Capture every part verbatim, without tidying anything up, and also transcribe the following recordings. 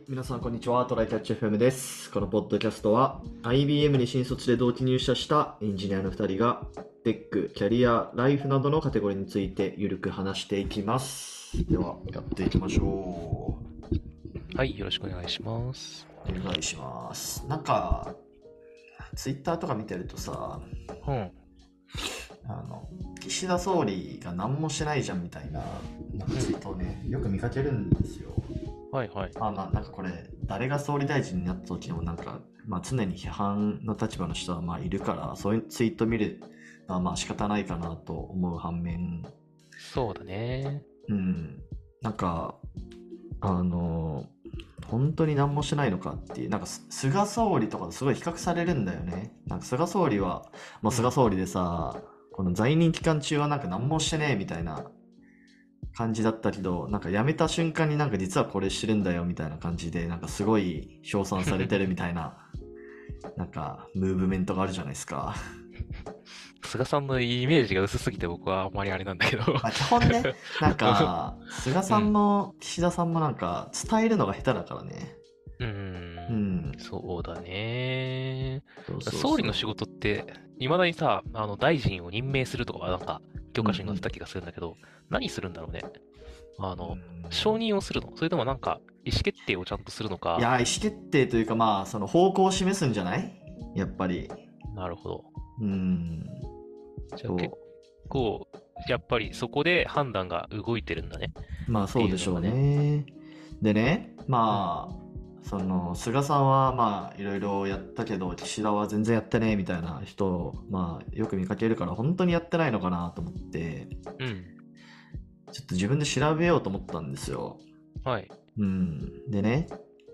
皆さんこんにちは。トライキャッチ エフエム です。このポッドキャストは アイビーエム に新卒で同期入社したエンジニアのふたりがテック、キャリア、ライフなどのカテゴリーについてゆるく話していきます。では、やっていきましょはい、よろしくお願いします。 う。お願いします。なんか、ツイッターとか見てるとさ、 うん。 あの、岸田総理が何もしないじゃんみたいな、なんかツイートをね、よく見かけるんですよ。 はいはい。 まあまあ、なんかこれ、誰が総理大臣になった時もなんか、まあ常に批判の立場の人はまあいるから、そういうツイート見るのはまあ仕方ないかなと思う反面、 そうだね。 うん、なんか、あの、本当に何もしないのかっていう、なんかす菅総理とかとすごい比較されるんだよね。なんか菅総理は、もううん。 菅総理でさ、この在任期間中はなんか何もしてねえみたいな感じだったけど、なんか辞めた瞬間になんか実はこれしてるんだよみたいな感じで、なんかすごい称賛されてるみたいな、なんかムーブメントがあるじゃないですか。 菅さんのイメージが薄すぎて僕はあんまりあれなんだけど。 まあ基本ね、なんか菅さんうん。 も岸田さんもなんか伝えるのが下手だからね。 うん。 うん。 そうだね。 そうそう総理の仕そう。 事って、未だにさ、あの、大臣を任命するとかはなんか、教うんう科書に載ってたん。 気がするんだけど、何するんだろうね。あうの、承ん。 認をするのそれともなんか、意思決定をちゃんとするのか。 いやー、意思決定というかまあ、その方向を示すんじゃない？やっぱり。 なるほど。 うん。 じゃあ結そ構、やっぱりそこで判断が動いてるんだね。 う。まあってそうでしょういうのがね。 ね。でね、 うん。 まあ、その、菅さんはまあ、いろいろやったけど、岸田は全然やってねえみたいな人を、まあ、よく見かけるから、本当にやってないのかなと思って、 うん。 ちょっと自分で調べようと思ったんですよ。 はい。 うん。でね、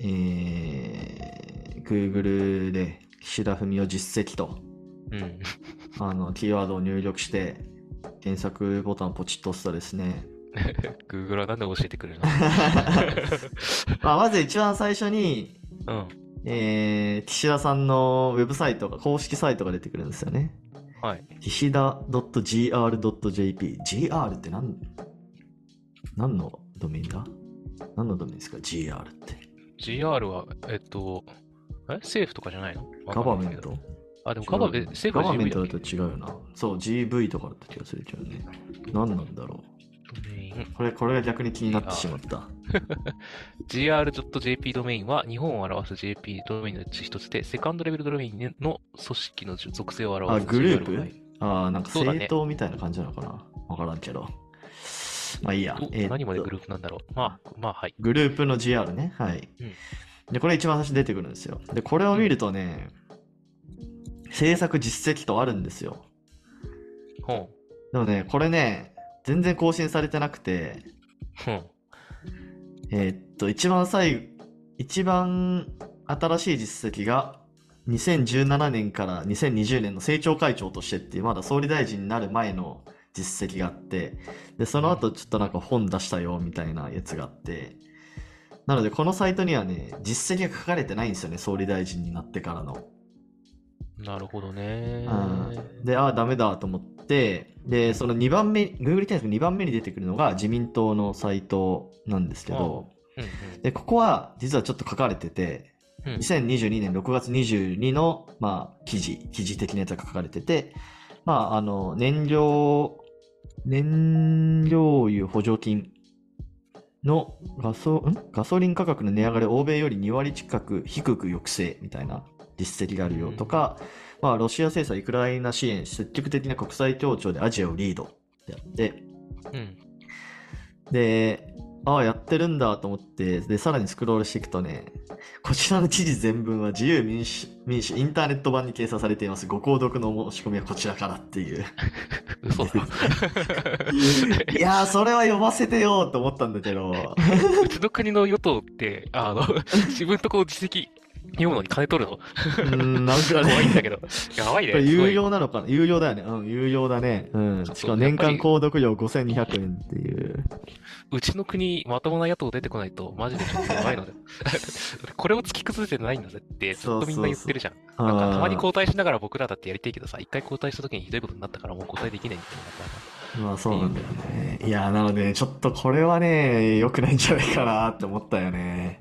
えー、Google で岸田文雄実績と、 うん。 あの、キーワードを入力して、検索ボタンをポチッと押すとですね、 Google はなんで教えてくれるの？ まあ、まず一番最初に、 うん。 えー、岸田さんのウェブサイトが、公式サイトが出てくるんですよね。 はい。 岸田 ジーアールドットジェーピー。ジーアール って何、何のドメインだ？何のドメインですか？ ジーアール って。 ジーアール は、えっと、え政府とかじゃないの？わガかんないんだけど。 バメント？ あ、でも違うよね。 カバー、政府はガバメンジーブイ だっけ？ トだと違うよな。そう、ジーブイ とかだった気がするけどね。何なんだろドメイン、 う。これ、これが逆に気になってしまっジーアール。 た。 ジーアールドットジェーピー ドメインは日本を表す ジェーピー ドメインのうち一つで、セカンドレベルドメインの組織の属性をあ、 表すグルージーアール がなプ？ い。 あー、なんかそうだね。 政党みたいな感じなのかな、わからんけど。まあいいや。 ど、 えーっと、 何までグループなんだろう。まあ、まあ、はい。 グループの ジーアール ね。はい。 うん。 で、これ一番最初に出てくるんですよ。で、これをうん。 見るとね、制作実績とあるんですよ。 ほん。 でもね、これね、全然更新されてなくて、 ほん。 えーっと、一番最後、一番新しい実績が、にせんじゅうななねんからにせんにじゅうねんの政調会長としてっていう、まだ総理大臣になる前の実績があって、で、その後うん。 ちょっとなんか本出したよみたいなやつがあって、なのでこのサイトにはね、実績が書かれてないんですよね、総理大臣になってからの。 なるほどうね。 ん。で、ああ、ダメだと思って、で、そのうん。 にばんめ、Google 検索にばんめに出てくるのが自民党のサイトなんですけああ。 ど、 うんうん。 で、ここは実はちょっと書かれてて、 うん。 にせんにじゅうにねんろくがつにじゅうにの、まあ、記事、記事的なやつが書かれてて、まあ、あの、燃料、燃料油補助金のガソ、んガソリン価格の値上がりを欧米よりに割近く低く抑制みたいな実績があるよとうんか、まあ、ロシア制裁、ウクライナ支援、積極的な国際協調でアジアをリードであって、 うん。 で、ああ、やってるんだと思って、で、さらにスクロールしていくとね、こちらの記事全文は自由民主、民主インターネット版に掲載されています。ご購読の申し込みはこちらからっていう。 嘘だろ。 いやー、それは読ませてよーと思ったんだけど。 うちの国の与党って、あの、自分とこの実績読むのに金取るの？ うーん、なんかね、 怖いんだけど。やばいね、すごこれ有い。 料なのかな？有料だよね。うん、有料だね。うん。 ちょっと、 しかも年やっぱり、 間購読料ごせんにひゃくえんっていう。 うちの国、まともな野党出てこないと、マジでちょっとやばいので。これを突き崩せてないんだぜってずっそうとみんなそうそう。 言ってるじゃん。なんか、たまにあ交代しながら僕らだってやりたいけどさ、一回交代した時にひどいことになったからもう交代できないみたいになったから。 ー、まあっていう。 そうなんだよね。いやー、なので、ちょっとこれはね、良くないんじゃないかなって思ったよね。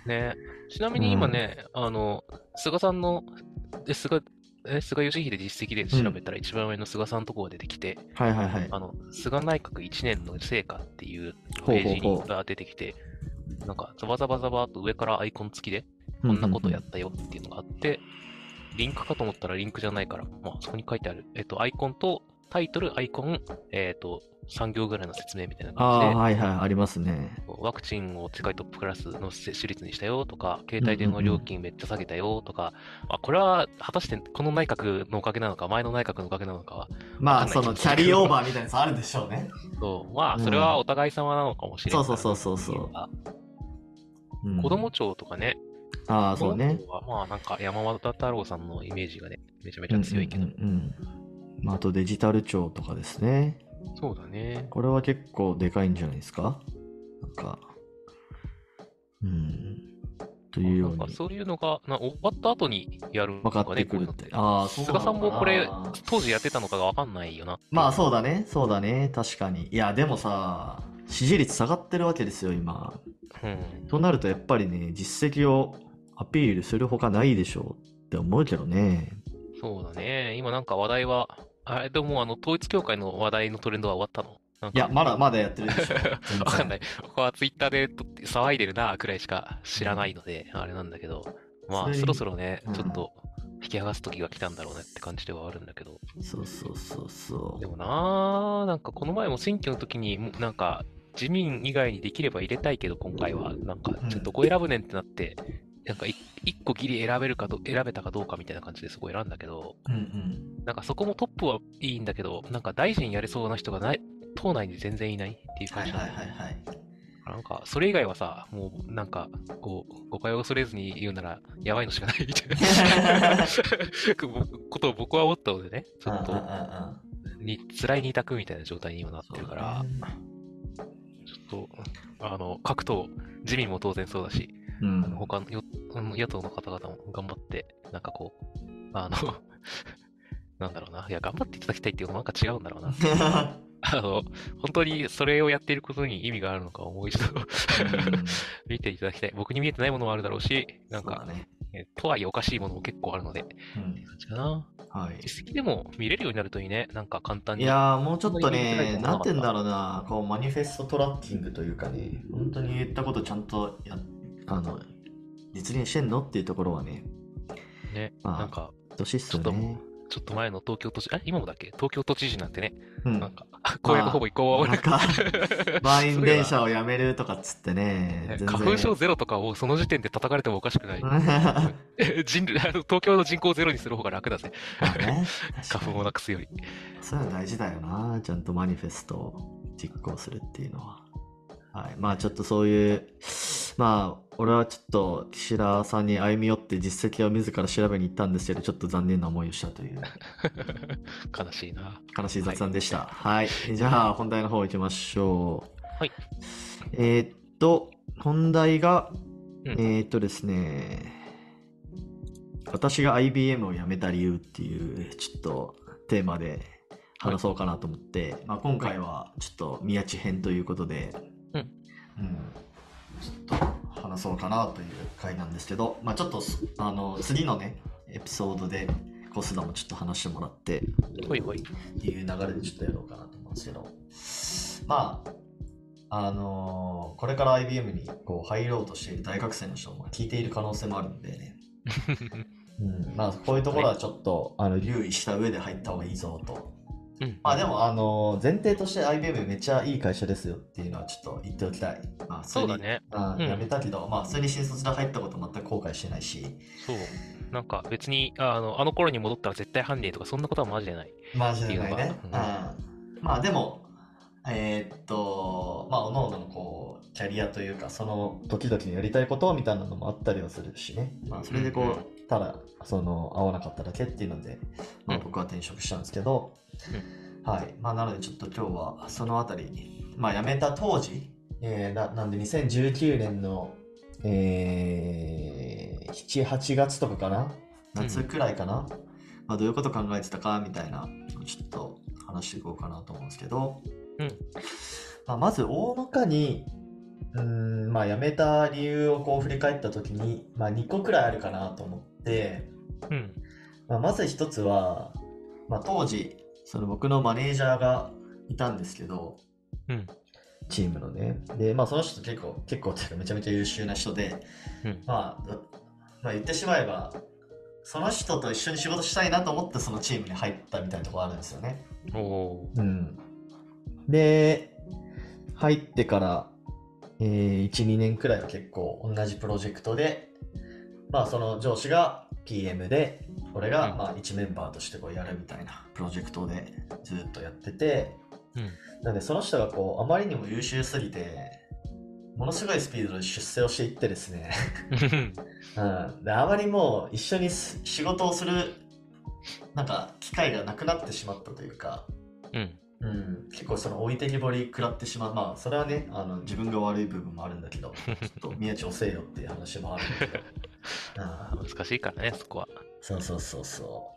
ね。ちなみに今うん。 ね、あの、菅さんの、え、菅、え、菅義偉実績でうん。 調べたら一番上の菅さんのところが出てきて、 はいはいはい。 あの、菅内閣いちねんの成果っていうほうページにほうほが出てきて、なんか、ザバザバザバーっと上からアイコン付きで、 う。うんうこんなことやんったよっていうのがあって、リンクかと思ったらリンクじゃないから、まあ、そこに書いてある、えっと、アイコンと、タイトル、アイコン、えっと、さん行ぐらいの説明みたいなああ、 感じで、 はいはい、ありますね。 ワクチンを世界トップクラスの接種率にしたよとか、携うんう帯電話料ん金めっちゃ下げたよとか、まあ、これは果たしてこの内閣のおかげなのか、前の内閣のおかげなのかはうん。まあ、 わかんないその気もするけど、 キャリーオーバーみたいなやつあるでしょうね。 そうまあ、 うそれはおん。 互い様なのかもしれそうんから、 そうそうそうなんとも言えんそが、 う。うん。 子供庁とかね、 ああ、 子供庁そうね。 はまあなんか山本太郎さんのイメージがね、めちゃめちゃうんうん強いけど、 うんうん。まあ、あとデジタル庁とかですね。 そうだね。 これは結構でかいんじゃないですか。なんか、うん。というあ、なようにんかそういうのが、な終わった後にやる分かっのかね、 てくるって。 こういうのって。 ああ、そうな菅さんのかもこれ、 な。 当時やってたのかがわかんないよなっていまあうのは。 そうだね。そうだね。確かに。いや、でもさ、支持率下がってるわけですよ、今。 うん。 となるとやっぱりね、実績をアピールするほかないでしょうって思うけどね。 そうだね。今なんか話題は、あれでももうあの統一教会の話題のトレンドは終わったのなんいや、 か、 まだまだやってるでしょ。全然。 わかんない。僕はツイッターでと騒いでるなくらいしか知らなうん。 いので、あれなんだけど、まあそろそれに、 そろね、 うん。 ちょっと引き剥がす時が来たんだろうねって感じではあるんだけど。 そうそうそうそでもなー、なんかこの前も選挙の時に、もうなんか自民以外にできれば入れたいけど、今回は、なんかう。うん。 ちょっとどこ選ぶねんってなって、なんかい一個ギリ選べるかど、選べたかどうかみたいな感じでそこ選んだけど、 うんうん。 なんかそこもトップはいいんだけど、なんか大臣やれそうな人がない、党内に全然いないっていうはいはい感じなんだよね。 はいはい。 なんか、それ以外はさ、もうなんか、こう、誤解を恐れずに言うなら、やばいのしかないみたいなことを僕は思ったのでね、ちうんうんうんうょっと、 ん。 に、辛い二択みたいな状態に今なっそうだてるから、 ね。 ちょっと、あの、各党、自民も当然そうだし、あの、 うん。 他のよあの野党の方々も頑張って、なんかこう、あのなんだろうな、いや、頑張っていただきたいっていうのもなんか違うんだろうな。あの、本当にそれをやっていることに意味があるのかをもう一度うん。 見ていただきたい。僕に見えてないものもあるだろうし、なんか、 そうだね。 えとはいえおかしいものも結構あるので、ってうん。 感じかな。 はい。 実績でも見れるようになるといいね。なんか簡単に。 いやー、もうちょっとそんなに見づらいとね、 思わなかった。 なんて言うんだろうな、こう、マニフェストトラッキングというかね、本当に言ったことちゃんとや、あの、実現してんのっていうところはね、 ね。なんまあ、 か、 年っすちょっと、 よね。 ちょっと前の東京都知、え、今もだっけ東京都知事なんてね、 うん。 なんか、公約ほぼま移行はあ、 俺なんか満員すごいよな。 電車をやめるとかっつってね、 ね全花粉症然。 ゼロとかをその時点で叩かれてもおかしくない。 ま人類、あの東京の人口ゼロにする方が楽だぜ。 あね、確かに。 花粉をなくすより。 そういうの大事だよな、ちゃんとマニフェストを実行するっていうのは。はい。まあちょっとそういう、まあ俺はちょっと岸田さんに歩み寄って実績を自ら調べに行ったんですけど、ちょっと残念な思いをしたという悲しいな。 悲しいはい。 雑談でした。はい。じゃあ本題の方行きましょう。 はい。 えーっと、本題が、 うん。 えーっとですね、私が アイビーエム を辞めた理由っていうちょっとテーマではい。 話そうかなと思って、まあ、今はい。 回はちょっと宮地編ということで、 うん。 うん、ちょっと話そうかなという回なんですけど、まあ、ちょっとあの次のねエピソードでコスダもちょっと話してもらってほいほい。 っていう流れでちょっとやろうかなと思うんですけど、まああのーこれから アイビーエム にこう入ろうとしている大学生の人も聞いている可能性もあるんでね、うん、まあこういうところね。 はちょっとあの留意した上で入った方がいいぞと。 うん。うん。 まあでもあの前提として アイビーエム めっちゃいい会社ですよっていうのはちょっと言っておきたい。まあ普通に、 そうだね。 あ辞めうん。 たけど、まあ普通に新卒で入ったこと全く後悔してないし、 そう。なんか別に、あの、あの頃に戻ったら絶対犯人とかそんなことはマジでないっマジていうのが、 でないね。 うん。 うん。まあでも、えーっと、まあ各々のこうキャリアというかその時々にやりたいことみたいなのもあったりはするしね。まあそうん。うれでこん。 う、ただその合わなかっただけっていうので、まあうん。 僕は転職したんですけど、 うん。 はい。まあ、なのでちょっと今日はそのあたり、まあ、辞めた当時、えーな、なんでにせんじゅうきゅうねんの、えー、しち、はちがつとかかなうん。 夏くらいかな、まあ、どういうこと考えてたかみたいな、ちょっと話していこうかなと思うんですけど、 うん。 まあ、まず大まかに、 うーん、まあ辞めた理由をこう振り返った時に、まあにこくらいあるかなと思って、 うん。 まあ、まず一つは、まあ当時、その僕のマネージャーがいたんですけど、 うん。 チームのね。で、まあその人結構、結構っていうかめちゃめちゃ優秀な人で、 うん。 まあ、まあ言ってしまえば、その人と一緒に仕事したいなと思ってそのチームに入ったみたいなところあるんですよね。 おお。 うん。で、入ってから、えー、いち、にねんくらいは結構同じプロジェクトで、まあその上司が ピーエム で、俺うん。 がまあいちメンバーとしてこうやるみたいなプロジェクトでずっとやってて、 うん。 なのでその人がこうあまりにも優秀すぎて、ものすごいスピードで出世をしていってですね、うん、であまりもう一緒に仕事をするなんか機会がなくなってしまったというか、 うん。 うん、結構その置いてきぼり食らってしまう。まあそれはね、あの自分が悪い部分もあるんだけど、ちょっと宮地遅えよっていう話もあるんだけど、ああ、 難しいからね、そこは。 そうそうそうそう。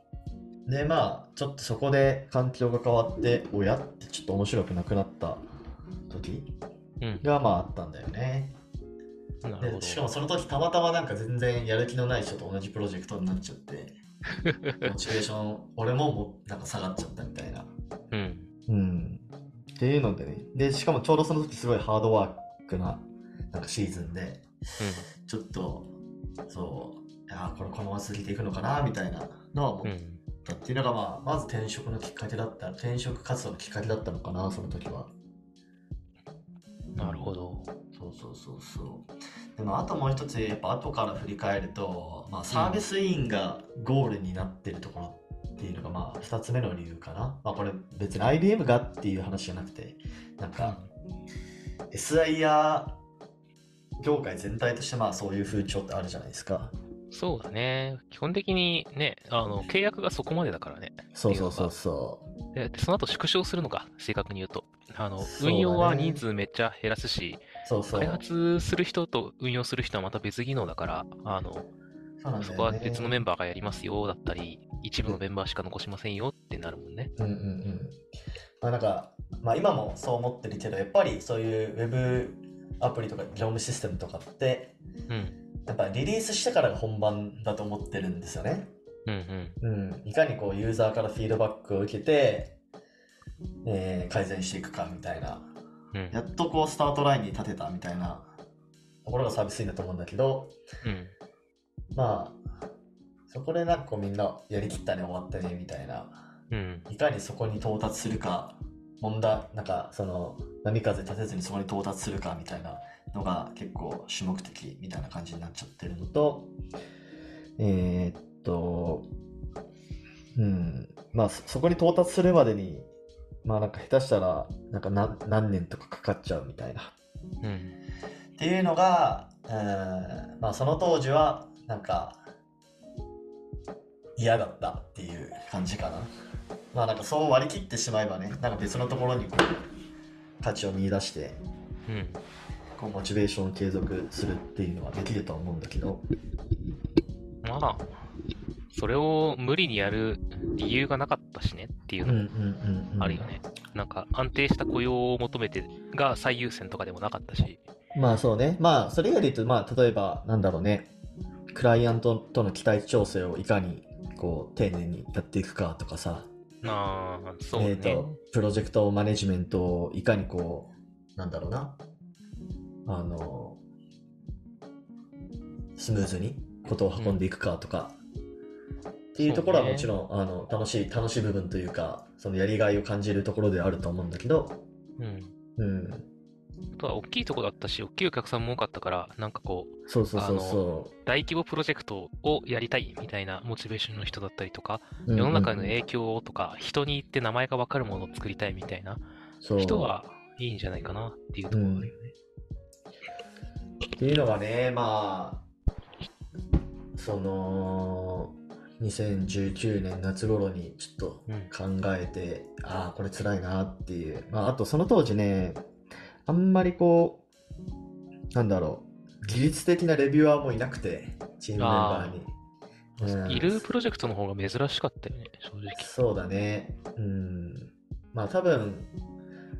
でまあちょっとそこで環境が変わって、親ってちょっと面白くなくなった時うん。 がまああったんだよね。で、 なるほど。 しかもその時たまたまなんか全然やる気のない人と同じプロジェクトになっちゃって、モチベーション、俺ももなんか下がっちゃったみたいな。 うん。 うん。っていうのでね。で、しかもちょうどその時すごいハードワークな、なんかシーズンで、 うん。 ちょっと、そう、いやーこれこのまま続けていくのかな、みたいなのは思っうん。 たっていうのが、まあ、まず転職のきっかけだった、転職活動のきっかけだったのかな、その時は。うなるほん。 ど。 そうそうそうそう。でも、あともう一つ、やっぱ後から振り返ると、まあ、 うん。 サービス委員がゴールになってるところっていうのが、まあ、二つ目の理由かな。まあ、これ別に アイビーエム がっていう話じゃなくて、なんか、 うん。 エスアイ や業界全体として、まあ、そういう風潮ってあるじゃないですか。 そうだね。基本的にね、あの、契約がそこまでだからね。っそうそうそうていうのが。 そで、でその後縮小するのか、正確に言うと。あう。 の、運そうだ用は人ね。 数めっちゃ減らすし、 そう開そ発する人と運用する人はまた別技能だから、あの、 う。そうなんだよそこは別のメンね。 バーがやりますよ、だったり、一部ので、 メンバーしか残しませんよってなるもんね。 うんうんうん。まあなんか、まあ今もそう思ってるけど、やっぱりそういうウェブアプリとか業務システムとかって、 うん。 やっぱリリースしてからが本番だと思ってるんですよね。 うん。 うん。いかにこうユーザーからフィードバックを受けて、えー改善していくかみたいな。 うん。うん。 やっとこうスタートラインに立てたみたいなところがサービスいいんだと思うんだけど、 うん。 まあ、そこでなんかこうみんなやりきったね終わったねみたいな。 うん。 いかにそこに到達するか、問題、なんかその波風立てずにそこに到達するかみたいなのが結構主目的みたいな感じになっちゃってるのと、えーっと、うん、まあそそこに到達するまでに、まあなんか下手したらなんか何何年とかかかっちゃうみたいな。 うん。 っていうのが、うん、まあその当時はなんか嫌だったっていう感じかな。まあなんかそう割り切ってしまえばね、なんか別のところにこう価値を見出して、 うん。 こうモチベーションを継続するっていうのはできるとは思うんだけど、 まあ、それを無理にやる理由がなかったしねっていううんうんのもうんあるよね。なんか安定した雇用を求めてが最優先とかでもなかったし。 うん。まあそうね。まあそれ以外で言うと、まあ例えばなんだろうね、クライアントとの期待調整をいかにこう丁寧にやっていくかとかさ、 ああ、そうえっ、 だね。 と、プロジェクトマネジメントをいかにこう、なんだろうな、あの、スムーズにことをうん。 運んでいくかとか、っていうところはもちそうね。 ろん、あの、楽しい、楽しい部分というか、そのやりがいを感じるところではあると思うんだけど、 うん。 うん。 あとは大きいとこだったし、大きいお客さんも多かったから、なんかこう、 そうそうそうあの、 そ大規模プロジェクトをやりたいみたいなモチベーションの人だったりとか、 う。うんうん世の中へのうん。 影響をとか、人に言って名前がわかるものを作りたいみたいな人そはいいんじゃないかなっていうう。 とうん。 ころがあるよね。 っていうのがね、まあ、その、にせんじゅうきゅうねん夏頃にちょっとうん。 考えて、ああ、これ辛いなっていう。まあ、あとその当時ね、あんまりこう、なんだろう、技術的なレビュアーもいなくて、チームメンバーあに。 あ、 うん、 いるプロジェクトの方が珍しかったよね、正直。 そうだね。うん。まあ多分、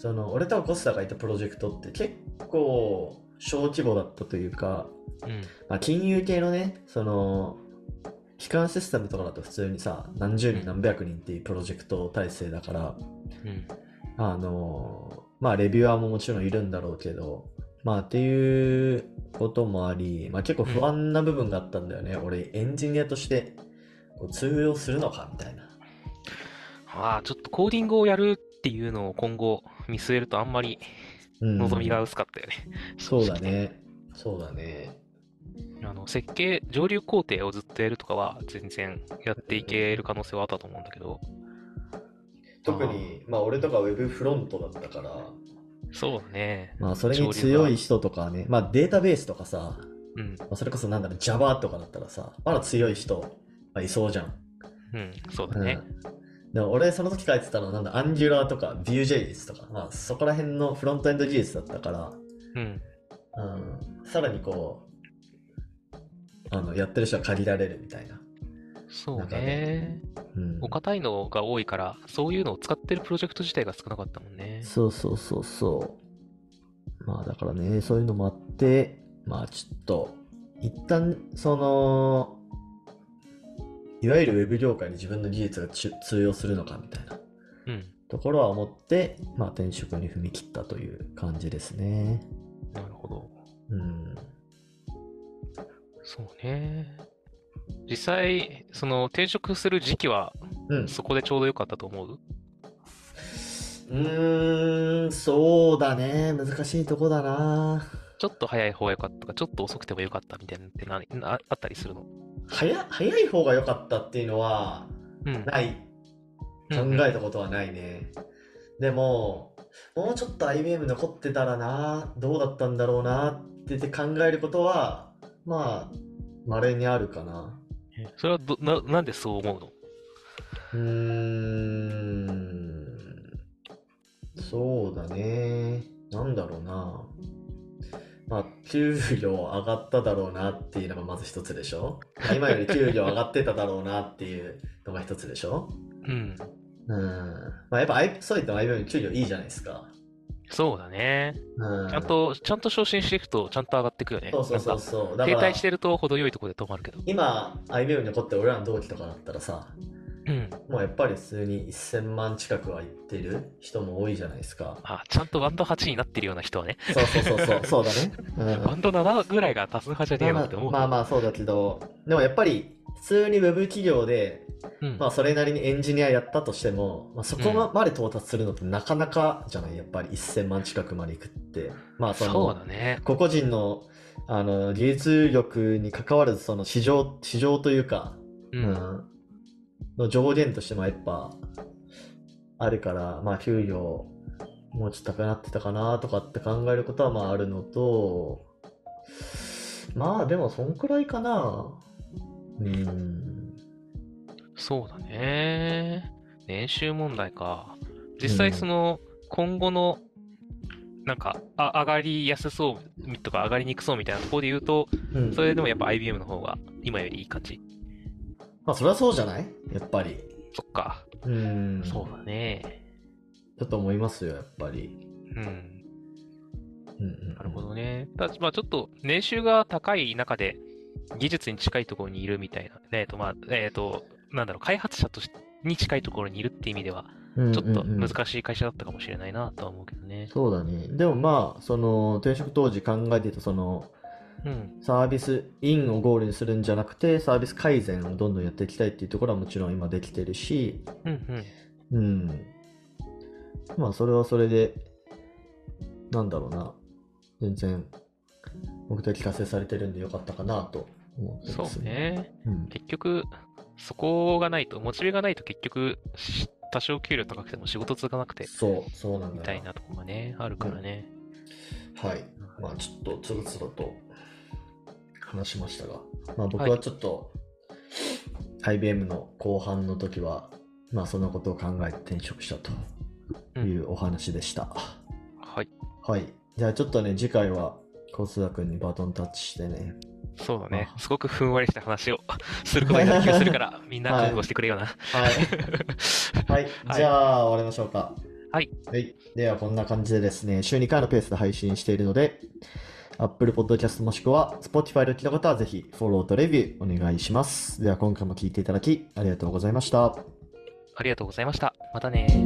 その俺とコスタがいたプロジェクトって結構小規模だったというか、 うん。 まあ、金融系のね、その、基幹システムとかだと普通にさ、何十人何百人っていうプロジェクト体制だから、 うん。 あの、まあレビュアーももちろんいるんだろうけど、まあっていうこともあり、まあ結構不安な部分があったんだよね。俺エンジニアとしてこう通用するのかみたいな。 ああ、ちょっとコーディングをやるっていうのを今後見据えるとあんまりうん、 望みが薄かったよね。 そうだね。そうだね。 あの、設計、上流工程をずっとやるとかは全然やっていける可能性はあったと思うんだけど。 特に、まあ俺とかウェブフロントだったから、 そうだね。 まあそれに強い人とかね、まあデータベースとかさ、 うん。 まあ、それこそなんだろう、Java とかだったらさ、まだ強い人、まあ、いそうじゃん。 うん、そうだね。 うん、でも俺その時書いてたのはなんだ、Angular とか Vue.js とか、まあそこら辺のフロントエンド技術だったから、 うん。 うん、さらにこう、あの、やってる人は借りられるみたいな。 そうね。 うん、 お堅いのが多いから、そういうのを使ってるプロジェクト自体が少なかったもんね。 そうそうそうそう。まあだからね、そういうのもあって、まあちょっと、一旦、その、いわゆるウェブ業界に自分の技術が通用するのかみたいなうん。 ところは思って、まあ転職に踏み切ったという感じですね。 なるほど。 うん。 そうね。実際、その転職する時期は、 うん。 そこでちょうど良かったと思う？ うーん、そうだね。難しいとこだな。 ちょっと早い方が良かったとか、ちょっと遅くても良かったみたいなのって何ああったりするの？ 早、早い方が良かったっていうのは、 うん。 ない。考うんうんえたことはないね。でも、もうちょっと アイビーエム 残ってたらな、どうだったんだろうなって考えることは、まあ、稀にあるかな。 えそれはど、な、なんでそう思うの？ うーん、そうだね。なんだろうな。まあ、給料上がっただろうなっていうのがまず一つでしょ。まあ今より給料上がってただろうなっていうのが一つでしょ。 うん。 うん。まあやっぱ I- そういった アイビーエム 給料いいじゃないですか。 そうだね。 うん。 ちゃんと、ちゃんと昇進していくと、ちゃんと上がっていくよね。 そうそうそうなんか、 そう。だ停から滞してると程よいところで止まるけど。 今 アイビーエム に残ってる俺らの同期とかだったらさ、 うん。 もうやっぱり普通にせんまん近くはいってる人も多いじゃないですか。 あ、ちゃんとバンドはちになってるような人はね。 そうそうそうそう、そうだね。うんバンドななぐらいが多数派じゃねえよって思う。 まあまあそうだけど、でもやっぱり普通にウェブ企業で、 うん。 まあそれなりにエンジニアやったとしても、まあ、そこまで到達するのってなかなかじゃない、やっぱりせんまん近くまでいくって。まあその、 そうだね。 個々人のあの技術力に関わらずその市場、市場というか、 う。 うんん、の上限としてもやっぱあるから、まあ給料もうちょっと高くなってたかなとかって考えることはまああるのと、まあでもそんくらいかな。うん。 そうだね。年収問題か。実際その、今後の、なんか、あ、上がりやすそうとか上がりにくそうみたいなところで言うと、 うん。 それでもやっぱ アイビーエム の方が今よりいい感じ。 まあそれはそうじゃないやっぱり。 そっか。 うん。 そうだね。 だと思いますよ、やっぱり。 うん。 うんうん。 なるほどね。ただ、まあちょっと年収が高い中で技術に近いところにいるみたいな。えっと、まあ、えっと、なんだろう、開発者としに近いところにいるって意味では、 うんちょっとうんうん難しい会社だったかもしれないなとは思うけどね。 そうだね。でもまあ、その転職当時考えていたそのうん。 サービスインをゴールにするんじゃなくて、サービス改善をどんどんやっていきたいっていうところはもちろん今できてるし、 うんうん。 うん。まあそれはそれで、なんだろうな。全然目的達成されてるんでよかったかなと思ってそますうね。 うん。 結局、そこがないと、モチベがないと結局、し多少給料高くても仕事続かなくて、 そう、そうなんだよみたいなとこがね、あるからね。 はい。まあちょっとつるつると話しましたが、まあ僕はちょっと アイビーエム の後半の時は、まあそのことを考えて転職したというお話でした。 はい。 はい。じゃあちょっとね、次回は小須田くんにバトンタッチしてね。 そうだね。 あすごくふんわりした話をすることになる気がするから、みんな覚悟してくれよな。 はい。はい。じゃあ終わりましょうか。 はい。 はい。では、こんな感じでですね、週にかいのペースで配信しているので、Apple Podcast もしくは Spotify で聞いた方はぜひフォローとレビューお願いします。では、今回も聞いていただきありがとうございました。 ありがとうございました。またね。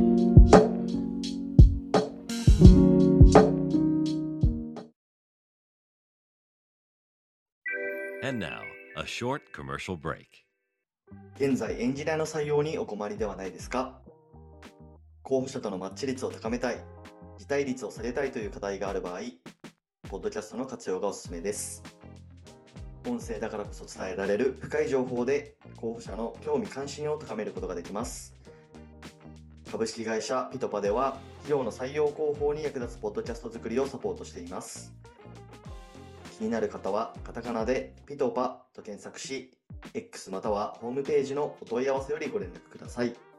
And now, a short commercial break. 現在、エンジニアの採用にお困りではないですか？候補者とのマッチ率を高めたい、辞退率を下げたいという課題がある場合、ポッドキャストの活用がおすすめです。音声だからこそ伝えられる深い情報で候補者の興味関心を高めることができます。株式会社ピトパでは企業の採用広報に役立つポッドキャスト作りをサポートしています。気になる方はカタカナでピトパと検索し、X またはホームページのお問い合わせよりご連絡ください。